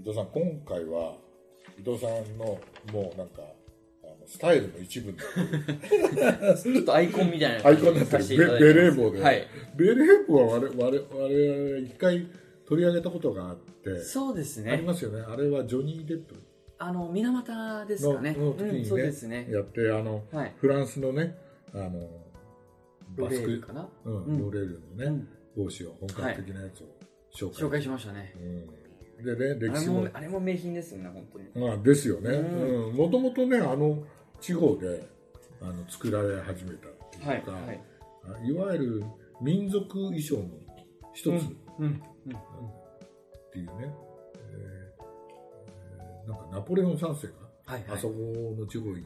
伊藤さん、今回は伊藤さんのもうなんかスタイルの一部にちょっとアイコンみたいなアイコンになってるベレー帽で、はい、ベレー帽は我々一回取り上げたことがあって、 そうですね、 ありますよね。あれはジョニー・デップ水俣ですかねの時にね、 そうですね、 やってはい、 フランスのねロレールかな、 ロレールのね、帽子を本格的なやつを紹介しましたね。 でね、歴史もあれも名品ですよね、本当に。 ですよね。もともとね、地方で作られ始めたっていうか、いわゆる民族衣装の一つっていうね、なんかナポレオン3世があそこの地方行って、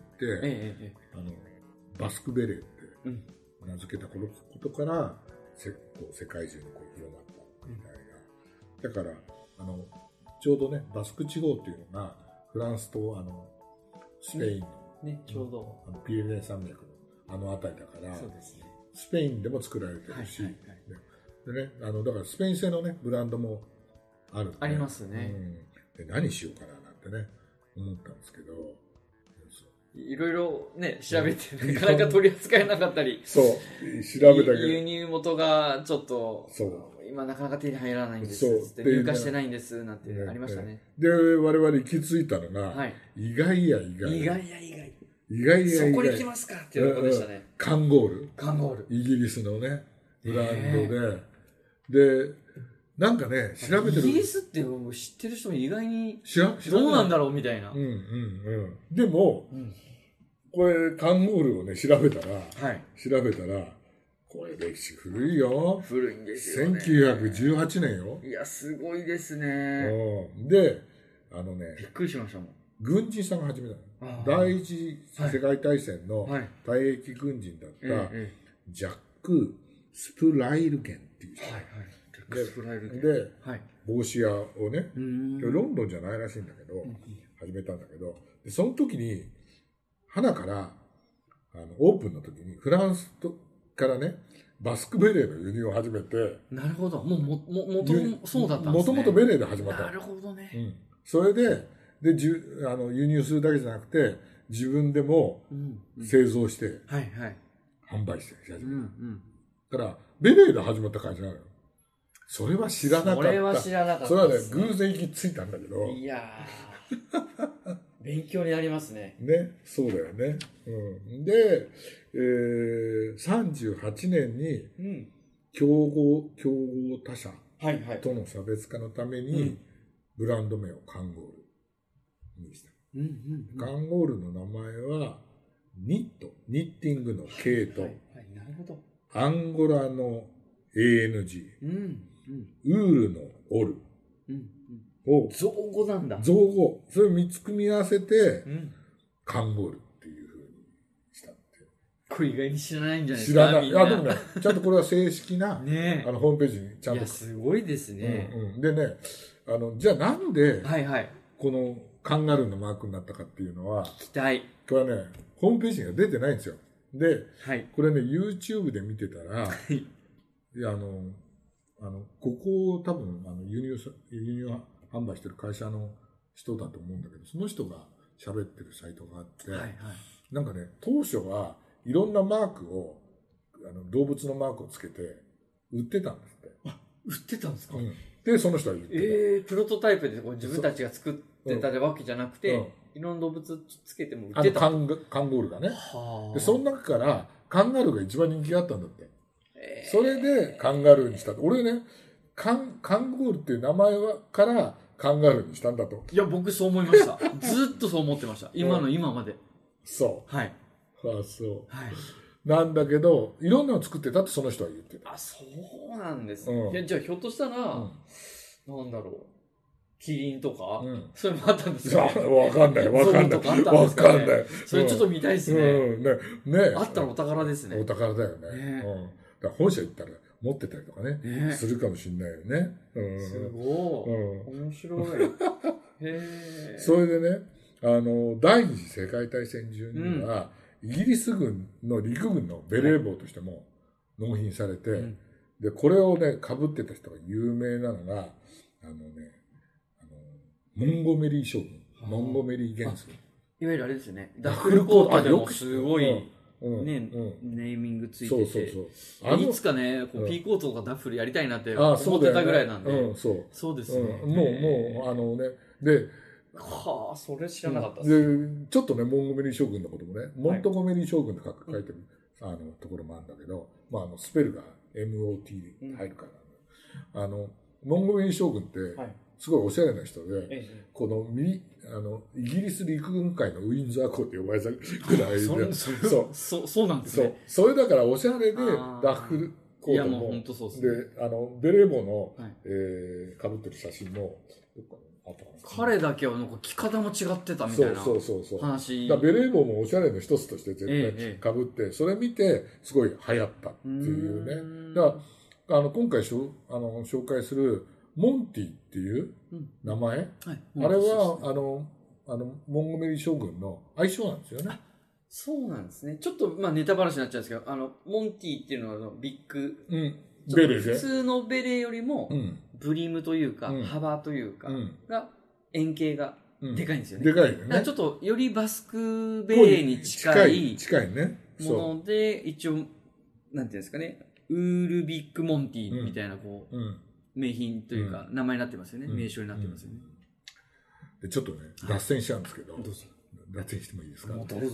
バスクベレーって名付けたことから世界中に広まったみたいな。だからちょうどね、バスク地方っていうのがフランスとスペインの、 ちょうどピレネー山脈の辺りだから、 そうですね、 スペインでも作られてるし、でね、だからスペイン製のねブランドもあるんで、 ありますね。 で何しようかななんてね思ったんですけど、 いろいろね調べてなかなか取り扱えなかったり、 そう調べたけど輸入元がちょっと今なかなか手に入らないんですって入荷してないんですなんてありましたね。 で我々行き着いたのが、意外やそこに来ますかっていうところでしたね。 カンゴールイギリスのねブランドでなんかね調べてる、 イギリスって知ってる人も意外にどうなんだろうみたいな。 でも、これカンゴールをね調べたらこれ歴史古いよ。 古いんですよね。 1918年よ。 いやすごいですね。 でびっくりしましたもん。 軍人さんが始めたの。第一次世界大戦の退役軍人だったジャック・スプライルゲンっていう人で帽子屋をね、ロンドンじゃないらしいんだけど始めたんだけど、その時に花からオープンの時にフランスからねバスクベレーの輸入を始めて。 なるほど。もとそうだったんですね。 もともとベレーで始まった。 なるほどね。 それで輸入するだけじゃなくて自分でも製造して販売して始めた。だからベレーで始まった会社なのよ。それは知らなかった。 それは知らなかった。 それはね偶然行き着いたんだけど。 いやー勉強になりますね。 ね、そうだよね。で、38年に競合他社との差別化のためにブランド名をカンゴールにした。カンゴールの名前はニッティングの K とアンゴラの ANG、ウールのオル造語なんだ。 造語。それを3つ組み合わせて、カンゴールっていう風にしたって。 これ意外に知らないんじゃないですか。知らない。 いや、でもね、ちゃんとこれは正式な、ホームページにちゃんと。 いや、すごいですね。 でね、じゃあなんで、このカンガルーのマークになったかっていうのは、 聞きたい。 これはね、ホームページには出てないんですよ。で、これね、YouTube で見てたら、いや、ここ多分、輸入販売してる会社の人だと思うんだけど、その人が喋ってるサイトがあって、なんかね、当初はいろんなマークを、動物のマークをつけて売ってたんですって。 売ってたんですか？ で、その人は言ってた。プロトタイプで自分たちが作ってたわけじゃなくて、いろんな動物つけても売ってた。 カンゴールがね。で、その中からカンガルーが一番人気があったんだって。それでカンガルーにした。俺ね、カンゴールっていう名前からカンガルーにしたんだと。 いや、僕そう思いました。ずっとそう思ってました。今まで。 そう。 はい。 そう。なんだけど、いろんなの作ってたってその人は言ってた。 そうなんですね。じゃあひょっとしたら、なんだろう。キリンとか、そういうのもあったんですか？ わかんない。わかんない。 それちょっと見たいですね。 ね。 あったらお宝ですね。 お宝だよね。だから本社行ったら持ってたりとかね、するかもしれないよね。 すごい。面白い。 それでね、第二次世界大戦中には、イギリス軍の陸軍のベレー帽としても納品されて、で、これをね、被ってた人が有名なのが、 モンゴメリー将軍、モンゴメリー元帥。 いわゆるあれですよね。ダッフルコートでもすごい、ね、ネーミングついてて。いつかね、ピーコートとかダッフルやりたいなって思ってたぐらいなんで。そうですね。 もう、で、 はあ、それ知らなかったです。ちょっとね、モンゴメリー将軍のこともね、モントゴメリー将軍って書いてる、ところもあるんだけど、スペルが MOT 入るからモンゴメリー将軍って、すごいおしゃれな人で、このイギリス陸軍界のウィンザー校って呼ばれたぐらいで、 そうなんですね。 それだからおしゃれでダッフルコートも、で、ベレー帽の被ってる写真も、 彼だけはなんか着方も違ってたみたいな話。 ベレー帽もおしゃれの一つとして絶対被って、それ見てすごい流行ったっていうね。だから今回紹介するモンティっていう名前、あれはモンゴメリー将軍の愛称なんですよね。 そうなんですね。ちょっとネタ話になっちゃうんですけど、モンティっていうのはビッグ、 ベレーで普通のベレーよりもブリムというか、幅というかが円形がでかいんですよね。 でかいよね。 ちょっとよりバスクベレーに近いもので、一応なんていうんですかね、ウールビッグモンティみたいな名品というか名前になってますよね。名称になってますよね。 でちょっとね脱線しちゃうんですけど、脱線してもいいですか？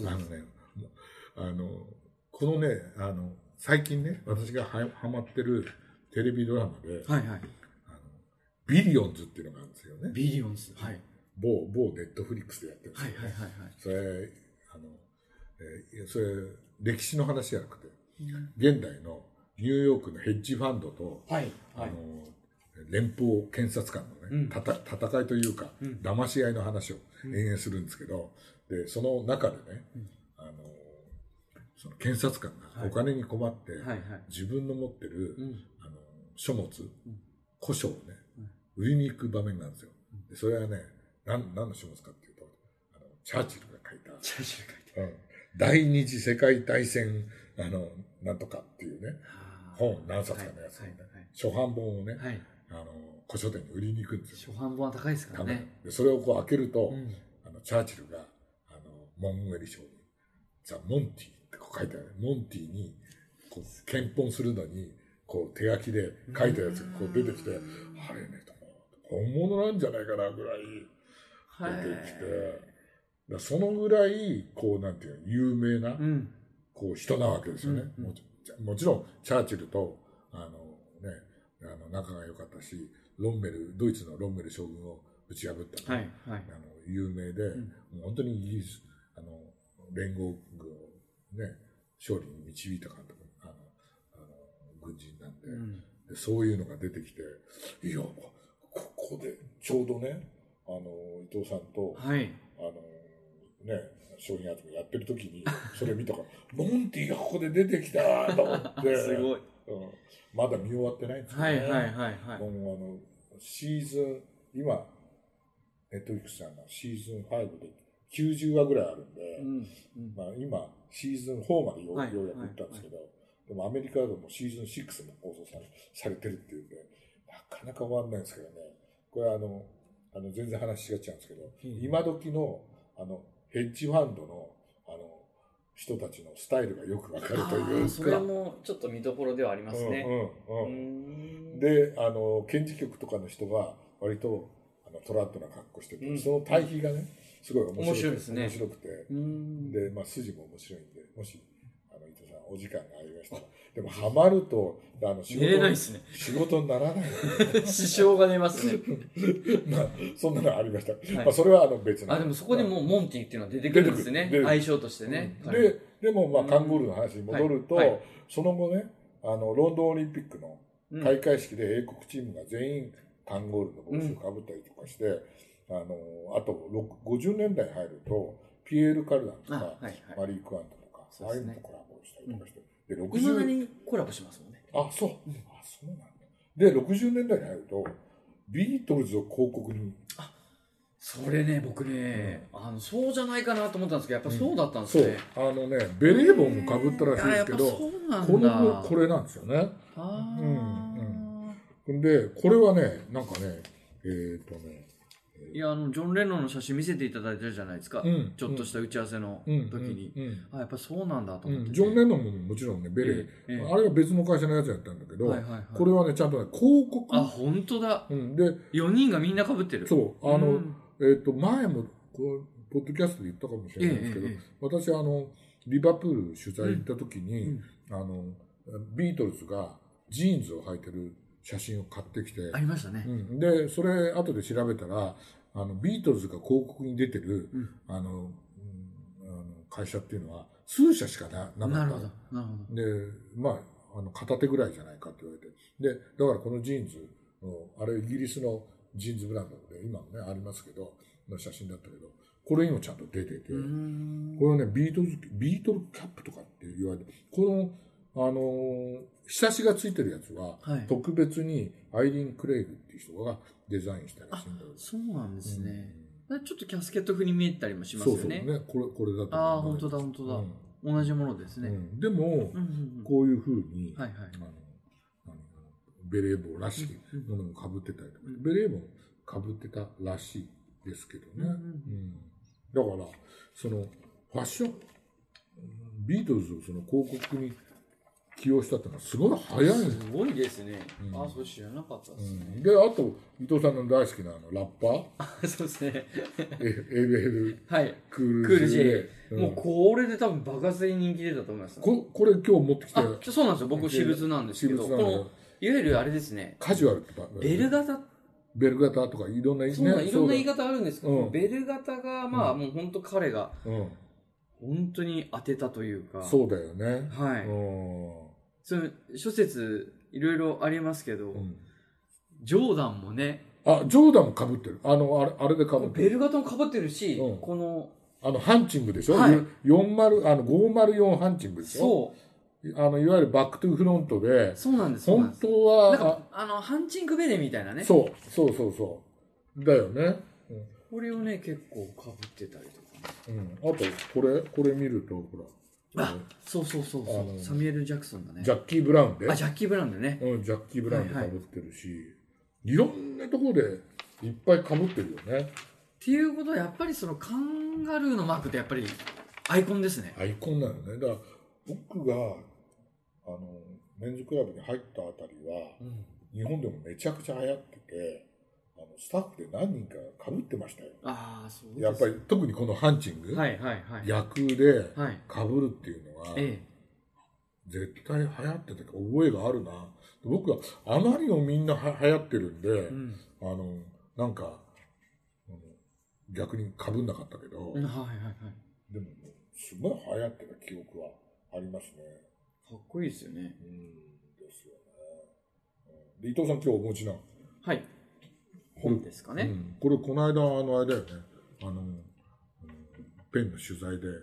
このね最近ね私がハマってるテレビドラマで、ビリオンズっていうのがあるんですよね。 ビリオンズ、 某ネットフリックスでやってるんですよね。それ歴史の話じゃなくて、現代のニューヨークのヘッジファンドと、連邦検察官のね、戦いというか、騙し合いの話を延々するんですけど、でその中でね、その検察官がお金に困って、自分の持ってる、書物、古書をね、売りに行く場面なんですよ。でそれはね、何の書物かっていうと、チャーチルが書いた、第二次世界大戦なんとかっていうね、本何冊かのやつをね、初版本をね、古書店に売りに行くんですよ。 初版本は高いですからね。 でそれを開けると、チャーチルがモンゴメリー将軍、ザ・モンティって書いてある。モンティに検本するのに手書きで書いたやつが出てきて、あれね、本物なんじゃないかなぐらい出てきて、そのぐらいなんていうの有名な人なわけですよね。もちろんチャーチルと仲が良かったし、ドイツのロンメル将軍を打ち破った、有名で、本当にイギリス連合軍をね勝利に導いた監督、軍人なんで、そういうのが出てきて、いやここでちょうどね伊藤さんと、商品集めやってる時にそれ見たからモンティがここで出てきたと思ってすごい、 まだ見終わってないんですよね。もうシーズン今ネットフリックスさんがシーズン5で90話ぐらいあるんで、今シーズン4までようやく行ったんですけど、でもアメリカでもシーズン6も放送されてるっていうんで、なかなか終わんないんですけどね。これ全然話違っちゃうんですけど、今時のヘッジファンドの人たちのスタイルがよくわかるというか、 それもちょっと見どころではありますね。 で検事局とかの人が割とトラッドな格好してて、その対比がねすごい面白くて、で筋も面白いんで、もし伊藤さんお時間がありましたら、でもハマると仕事にならない。 支障が出ますね。 そんなのありました。それは別の。 でもそこでもうモンティっていうのは出てくるんですね。相性としてね。 でもカングールの話に戻ると、その後ねロンドンオリンピックの開会式で英国チームが全員カンゴールの帽子をかぶったりとかして、あと50年代に入るとピエール・カルダンとかマリー・クワントとか、ああいうのとコラボしたりとかして、 で60年にコラボしますもんね。 そうなんだ。で60年代に入るとビートルズを広告に、 それね僕ね、そうじゃないかなと思ったんですけど、やっぱそうだったんですね。 ベレー帽もかぶったらしいですけど、これなんですよね。でこれはねなんかねいや、ジョン・レノンの写真見せていただいたじゃないですか。ちょっとした打ち合わせの時に。やっぱそうなんだと思って、 ジョン・レノンももちろんね、ベレー。あれは別の会社のやつやったんだけど、これはね、ちゃんとね、広告。 あ、本当だ。 で、 4人がみんな被ってる。 そう。前も、ポッドキャストで言ったかもしれないですけど、私、リバプール取材行った時に、ビートルズがジーンズを履いてる写真を買ってきて。 ありましたね。 で、それ後で調べたら、ビートルズが広告に出てる、会社っていうのは数社しかなかった。 なるほど。 で、まあ、片手ぐらいじゃないかって言われて。で、だからこのジーンズ、あれイギリスのジーンズブランドで、今もね、ありますけど、の写真だったけど、これにもちゃんと出てて、これね、ビートルキャップとかって言われて、この、ひさしがついてるやつは、特別にアイリン・クレイグっていう人がデザインしたらしいんだけど。 そうなんですね。ちょっとキャスケット風に見えたりもしますよね。 そうね。これだと。 ああ、本当だ。同じものですね。 でも、こういうふうに、ベレー帽らしきものも被ってたりとか、ベレー帽被ってたらしいですけどね。だから、その、ファッション、ビートルズをその広告に起用したってのはすごい早い。 すごいですね。そう知らなかったですね。 で、あと、伊藤さんの大好きなラッパー。 そうですね。 LL クール J。もうこれで多分爆発的に人気出たと思います。 これ今日持ってきて。 そうなんですよ。僕私物なんですけど、この、いわゆるあれですね。 カジュアルとか。 ベル型とかいろんな言い方あるんですけど、ベル型がまあもう本当彼が本当に当てたというか。 そうだよね。 はい。その諸説いろいろありますけど、ジョーダンもね。 ジョーダンも被ってる。あれで被ってる。 ベル型も被ってるし、このハンチングでしょ、504ハンチングでしょ。そう。いわゆるバックトゥフロントで。 そうなんです。 本当は。 なんか、ハンチングベレーみたいなね。 そう。だよね。 これをね、結構被ってたりとか。 あと、これ見ると、ほら。 そう。サミュエル・ジャクソンだね。 ジャッキー・ブラウンで。 ジャッキー・ブラウンでね。 ジャッキー・ブラウンで被ってるし、いろんなところでいっぱい被ってるよね。 っていうことは、やっぱりそのカンガルーのマークってやっぱりアイコンですね。 アイコンなのね。だから、僕が、メンズクラブに入ったあたりは、日本でもめちゃくちゃ流行ってて、スタッフで何人か被ってましたよ。 そうです。 やっぱり特にこのハンチング、逆で被るっていうのは、絶対流行ってた覚えがあるな。僕はあまりにもみんな流行ってるんで、なんか、逆に被んなかったけど、でもすごい流行ってた記憶はありますね。 かっこいいですよね。 ですよね。で、伊藤さん今日お持ちな。 はい。本ですかね。 これこの間あれだよね。ペンの取材で、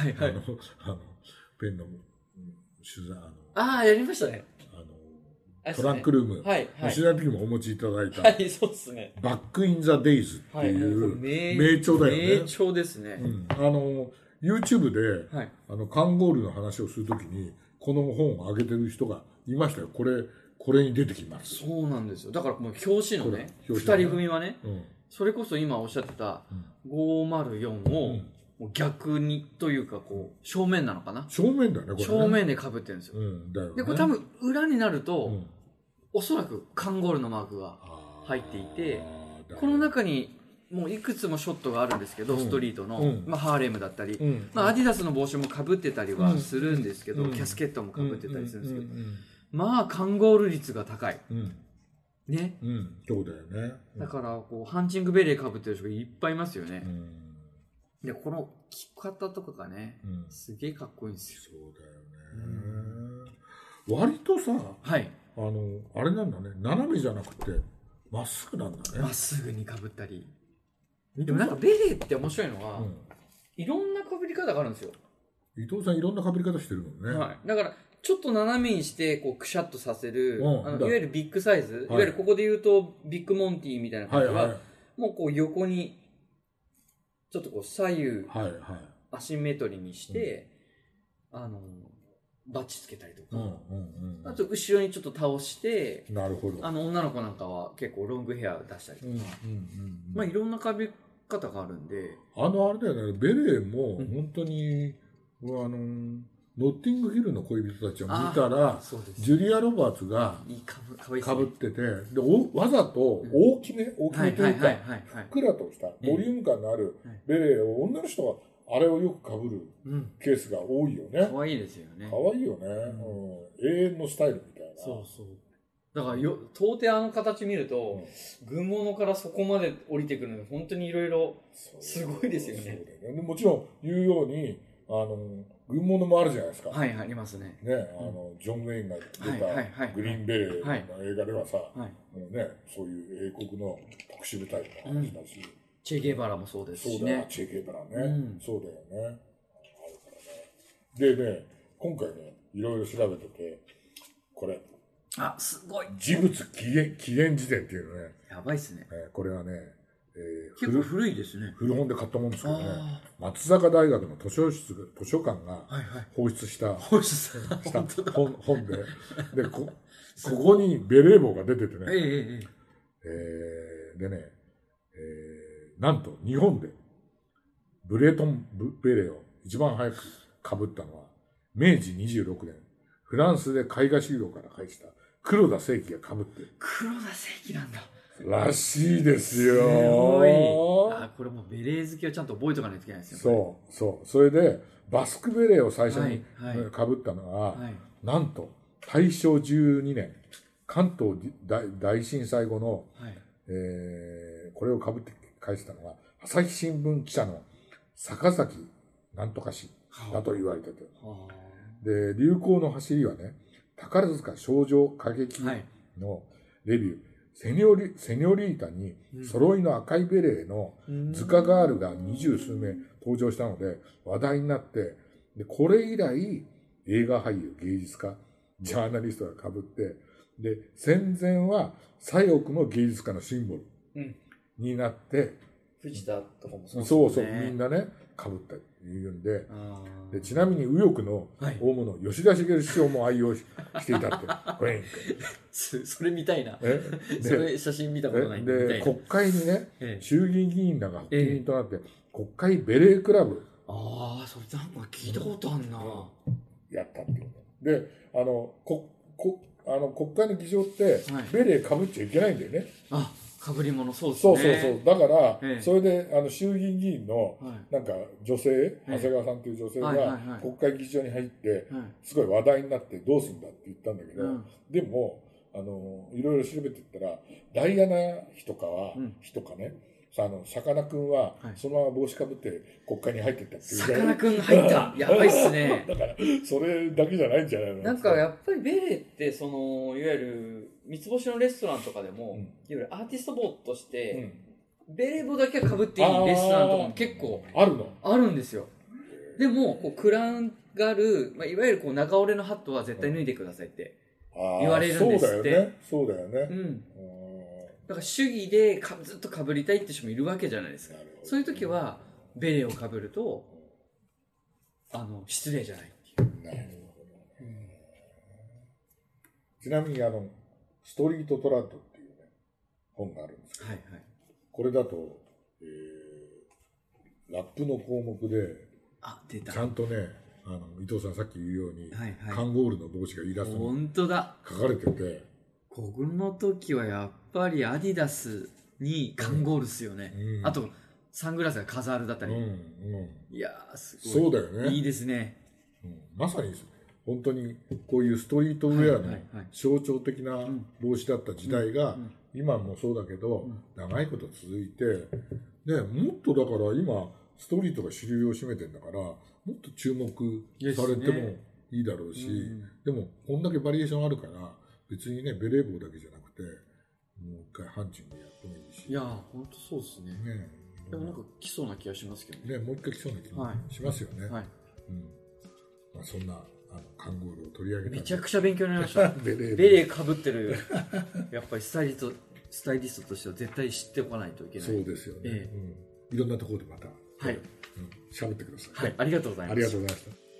ペンの取材やりましたね。 トランクルーム、取材の時もお持ちいただいた、 そうですね。 バックインザデイズっていう名著だよね。 名著ですね。 YouTube で、カンゴールの話をするときに、この本を上げてる人がいましたよ。これに出てきます。 そうなんですよ。だからもう表紙のね、二人組はね、それこそ今おっしゃってた504を逆にというかこう正面なのかな。 正面だねこれね。 正面で被ってるんですよ。でこれ多分裏になると、おそらくカンゴールのマークが入っていて、この中にもういくつもショットがあるんですけど、ストリートの、ハーレムだったり、アディダスの帽子も被ってたりはするんですけど、キャスケットも被ってたりするんですけど、カンゴール率が高い。ね。 そうだよね。 だからこうハンチングベレー被ってる人がいっぱいいますよね。でこの着方とかがね、すげえかっこいいんですよ。 そうだよね。割とさ、あれなんだね、斜めじゃなくてまっすぐなんだね。 まっすぐに被ったり。でもなんかベレーって面白いのは、いろんな被り方があるんですよ。 伊藤さんいろんな被り方してるもんね。 だからちょっと斜めにしてこうくしゃっとさせる、いわゆるビッグサイズ、いわゆるここで言うとビッグモンティみたいな感じは、もうこう横にちょっとこう左右アシンメトリーにして、 バッチつけたりとか、あと後ろにちょっと倒して、 なるほど。 女の子なんかは結構ロングヘア出したりとか、まあいろんなかぶり方があるんで。 あれだよね、ベレーも本当に、ノッティングヒルの恋人たちを見たら、ジュリア・ロバーツがかぶってて、でわざと大きめというか、ふっくらとしたボリューム感のあるベレーを女の人はあれをよくかぶるケースが多いよね。 可愛いですよね。 可愛いよね。永遠のスタイルみたいな。 そうそう。だから到底あの形見ると、軍物からそこまで降りてくるの本当にいろいろすごいですよね。 そうだよね。もちろん言うように、軍物もあるじゃないですか。 はい、ありますね。 ね、ジョン・ウェインが出たグリーンベレーの映画ではさ、ね、そういう英国の特殊部隊の話だし。 チェゲバラもそうですしね。 そうだよ、チェゲバラね。そうだよね。でね、今回ね、いろいろ調べてて、これ。 あ、すごい。 事物起源辞典っていうのね。 やばいっすね。 これはね、 結構古いですね。 古本で買ったもんですけどね、松坂大学の図書館が放出した本で、ここにベレー帽が出ててね、でね、なんと日本でブレートンベレーを一番早く被ったのは、明治26年、フランスで絵画修行から帰ってきた黒田清輝が被ってる。 黒田清輝なんだ。 らしいですよ。すごい。これもベレー好きはちゃんと覚えとかないといけないですよ。 そう。それで、バスクベレーを最初に被ったのは、なんと、大正12年、関東大震災後の、これを被って返したのは、朝日新聞記者の坂崎なんとか氏だと言われてて。で、流行の走りはね、宝塚少女歌劇のレビュー、セニョリータに揃いの赤いベレーのズカガールが20数名登場したので話題になって、でこれ以来映画俳優、芸術家、ジャーナリストが被って、で戦前は左翼の芸術家のシンボルになって、 藤田とかもそうですね。 そうみんなね被ったっていうんで、ちなみに右翼の大物、吉田茂首相も愛用していたって。これそれ見たいな。それ写真見たことないんで。 で、国会にね、衆議院議員らが発起人となって、国会ベレークラブ。 それなんか聞いたことあんな。 やったっていう。で、国会の議場って、ベレー被っちゃいけないんだよね。 かぶり物、そうですね。 そう。だから、それで、衆議院議員の、なんか、女性、長谷川さんという女性が、国会議事堂に入って、すごい話題になって、どうすんだって言ったんだけど、でも、いろいろ調べていったら、ダイアナ妃とかね、さかなクンは、そのまま帽子かぶって国会に入ってったっていう。 さかなクン入った。やばいっすね。 だから、それだけじゃないんじゃないの？ なんかやっぱりベレーって、いわゆる、三つ星のレストランとかでも、いわゆるアーティスト帽として、ベレー帽だけは被っていいレストランとかも結構あるんですよ。でも、クラウンがある、いわゆる長折れのハットは絶対脱いでくださいって言われるんですって。 そうだよね。 だから主義でずっと被りたいって人もいるわけじゃないですか。そういう時は、ベレーを被ると、失礼じゃないっていう。 なるほどね。ちなみにストリートトラッドっていうね、本があるんですけど、これだと、ラップの項目で、ちゃんとね、伊藤さんさっき言うように、カンゴールの帽子がイラストに書かれてて、 この時はやっぱりアディダスにカンゴールっすよね。あと、サングラスがカザールだったり。いやー、すごい。 そうだよね。 いいですね。 まさに本当にこういうストリートウェアの象徴的な帽子だった時代が、今もそうだけど、長いこと続いて、ね、もっとだから今、ストリートが主流を占めてんだから、もっと注目されてもいいだろうし、でも、こんだけバリエーションあるから、別にね、ベレー帽だけじゃなくて、もう一回ハンチングやってもいいし。 いやー、ほんとそうですね。でもなんか来そうな気がしますけどね。もう一回来そうな気がしますよね。そんな、カンゴールを取り上げた。 めちゃくちゃ勉強になりました。ベレー被ってる、やっぱりスタイリストとしては絶対知っておかないといけない。 そうですよね。いろんなところでまた、喋ってください。 ありがとうございます。 ありがとうございました。